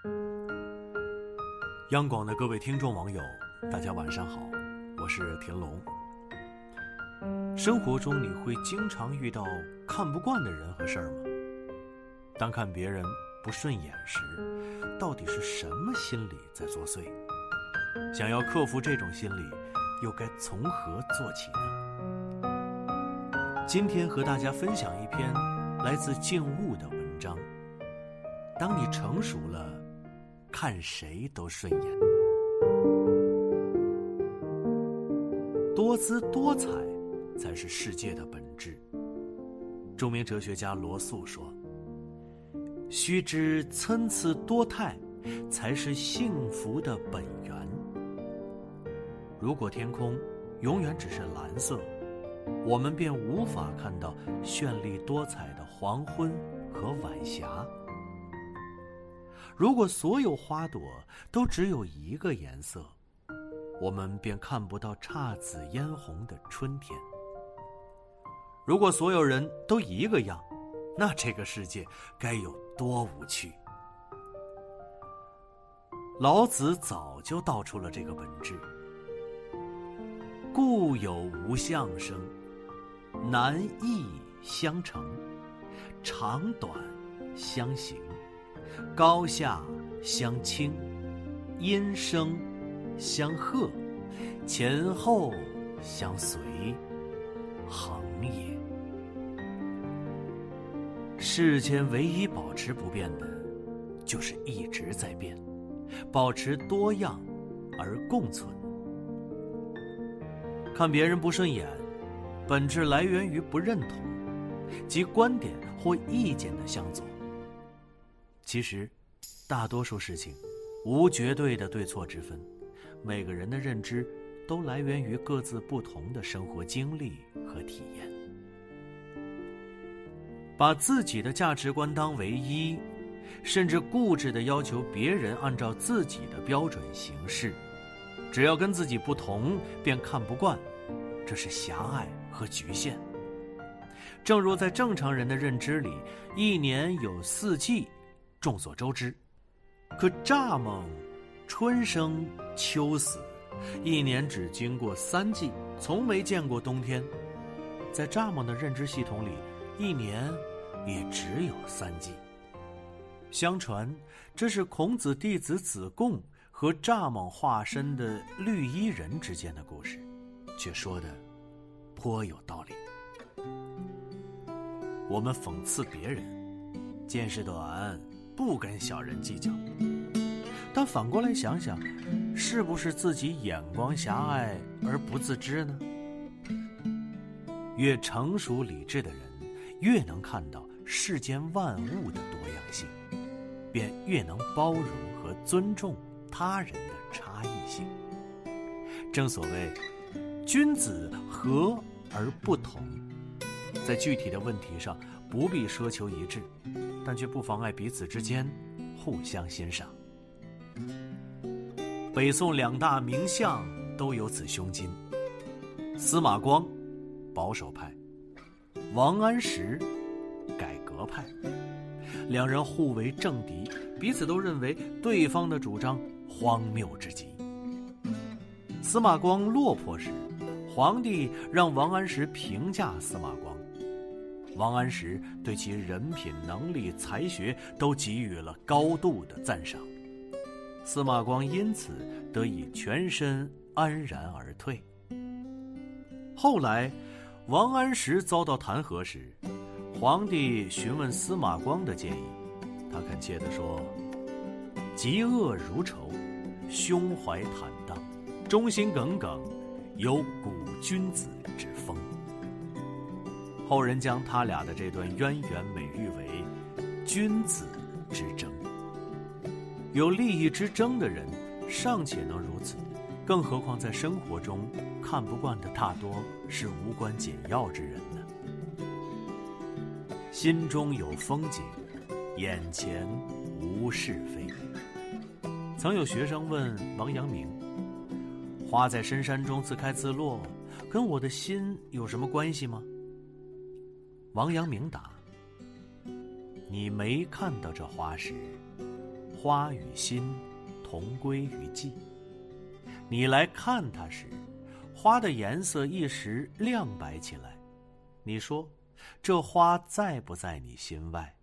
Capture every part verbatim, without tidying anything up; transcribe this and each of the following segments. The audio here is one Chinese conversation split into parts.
央广的各位听众网友，大家晚上好，我是田龙。生活中你会经常遇到看不惯的人和事儿吗？当看别人不顺眼时，到底是什么心理在作祟？想要克服这种心理，又该从何做起呢？今天和大家分享一篇来自静悟的文章。当你成熟了，看谁都顺眼。多姿多彩才是世界的本质。著名哲学家罗素说，须知参差多态才是幸福的本源。如果天空永远只是蓝色，我们便无法看到绚丽多彩的黄昏和晚霞。如果所有花朵都只有一个颜色，我们便看不到姹紫嫣红的春天。如果所有人都一个样，那这个世界该有多无趣。老子早就道出了这个本质。故有无相生，难易相成，长短相形，高下相倾，音声相和，前后相随，恒也。世间唯一保持不变的，就是一直在变，保持多样而共存。看别人不顺眼，本质来源于不认同，即观点或意见的向左。其实大多数事情无绝对的对错之分，每个人的认知都来源于各自不同的生活经历和体验。把自己的价值观当唯一，甚至固执地要求别人按照自己的标准行事，只要跟自己不同便看不惯，这是狭隘和局限。正如在正常人的认知里，一年有四季，众所周知。可蚱蜢春生秋死，一年只经过三季，从没见过冬天。在蚱蜢的认知系统里，一年也只有三季。相传这是孔子弟子子贡和蚱蜢化身的绿衣人之间的故事，却说的颇有道理。我们讽刺别人见识短，不跟小人计较，但反过来想想，是不是自己眼光狭隘而不自知呢？越成熟理智的人，越能看到世间万物的多样性，便越能包容和尊重他人的差异性。正所谓君子和而不同，在具体的问题上不必奢求一致，但却不妨碍彼此之间互相欣赏。北宋两大名相都有此胸襟，司马光保守派，王安石改革派，两人互为政敌，彼此都认为对方的主张荒谬之极。司马光落魄时，皇帝让王安石评价司马光，王安石对其人品、能力、才学都给予了高度的赞赏，司马光因此得以全身安然而退。后来王安石遭到弹劾时，皇帝询问司马光的建议，他恳切地说，嫉恶如仇，胸怀坦荡，忠心耿耿，有古君子之风。后人将他俩的这段渊源美誉为君子之争。有利益之争的人尚且能如此，更何况在生活中看不惯的大多是无关紧要之人呢？心中有风景，眼前无是非。曾有学生问王阳明，花在深山中自开自落，跟我的心有什么关系吗？王阳明答，你没看到这花时， 花与心同归于尽。你来看它时，花的颜色一时亮白起来，你说这花在不在你心外？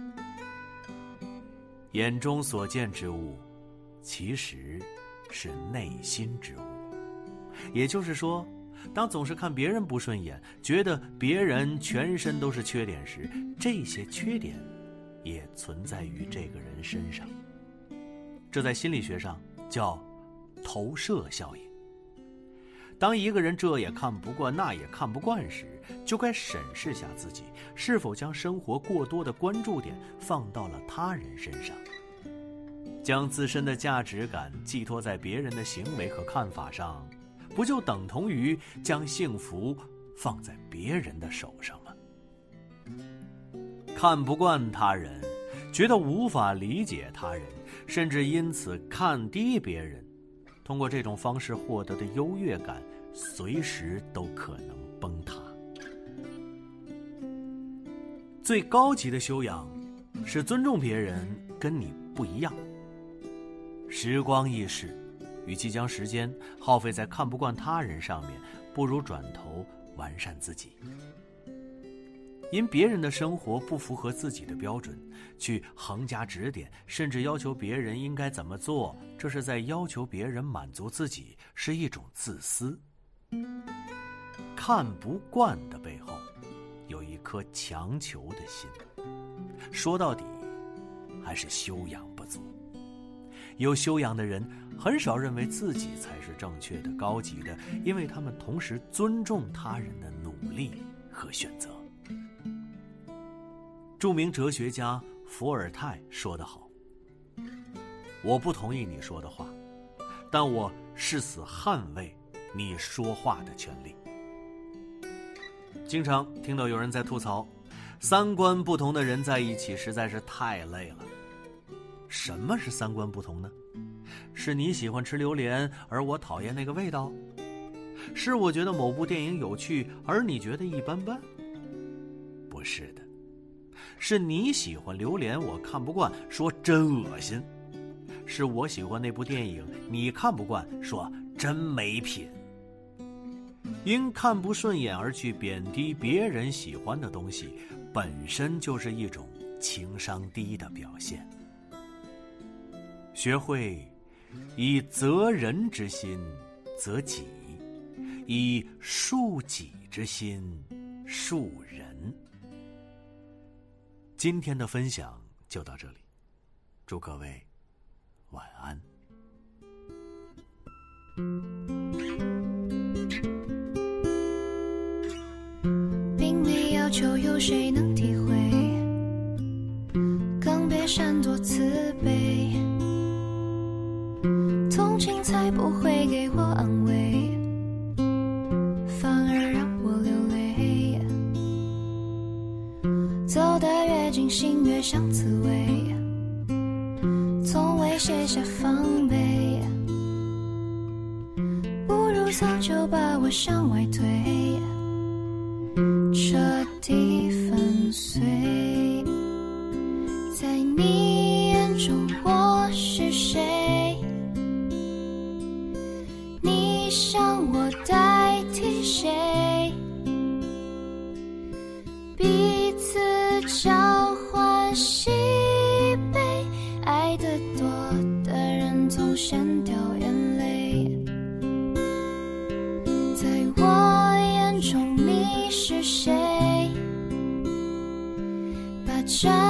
眼中所见之物，其实是内心之物。也就是说，当总是看别人不顺眼，觉得别人全身都是缺点时，这些缺点也存在于这个人身上。这在心理学上叫投射效应。当一个人这也看不惯那也看不惯时，就该审视下自己是否将生活过多的关注点放到了他人身上，将自身的价值感寄托在别人的行为和看法上，不就等同于将幸福放在别人的手上吗？看不惯他人，觉得无法理解他人，甚至因此看低别人，通过这种方式获得的优越感，随时都可能崩塌。最高级的修养是尊重别人跟你不一样。时光易逝，与其将时间耗费在看不惯他人上面，不如转头完善自己。因别人的生活不符合自己的标准，去横加指点，甚至要求别人应该怎么做，这是在要求别人满足自己，是一种自私。看不惯的背后，有一颗强求的心。说到底，还是修养不足。有修养的人很少认为自己才是正确的、高级的，因为他们同时尊重他人的努力和选择。著名哲学家伏尔泰说得好：我不同意你说的话，但我誓死捍卫你说话的权利。经常听到有人在吐槽，三观不同的人在一起实在是太累了。什么是三观不同呢？是你喜欢吃榴莲，而我讨厌那个味道？是我觉得某部电影有趣，而你觉得一般般？不是的，是你喜欢榴莲，我看不惯，说真恶心；是我喜欢那部电影，你看不惯，说真没品。因看不顺眼而去贬低别人喜欢的东西，本身就是一种情商低的表现。学会以责人之心责己，以恕己之心恕人。今天的分享就到这里，祝各位晚安。 并没要求有谁能体会，更别闪躲慈悲，同情才不会给我安慰，反而让我流泪。走得越近，心越像刺猬，从未卸下防备，不如早就把我向外推，彻底粉碎。在你眼中我是谁？你想我代替谁？彼此交换喜悲，爱得多的人总先掉眼泪。在我眼中你是谁？把这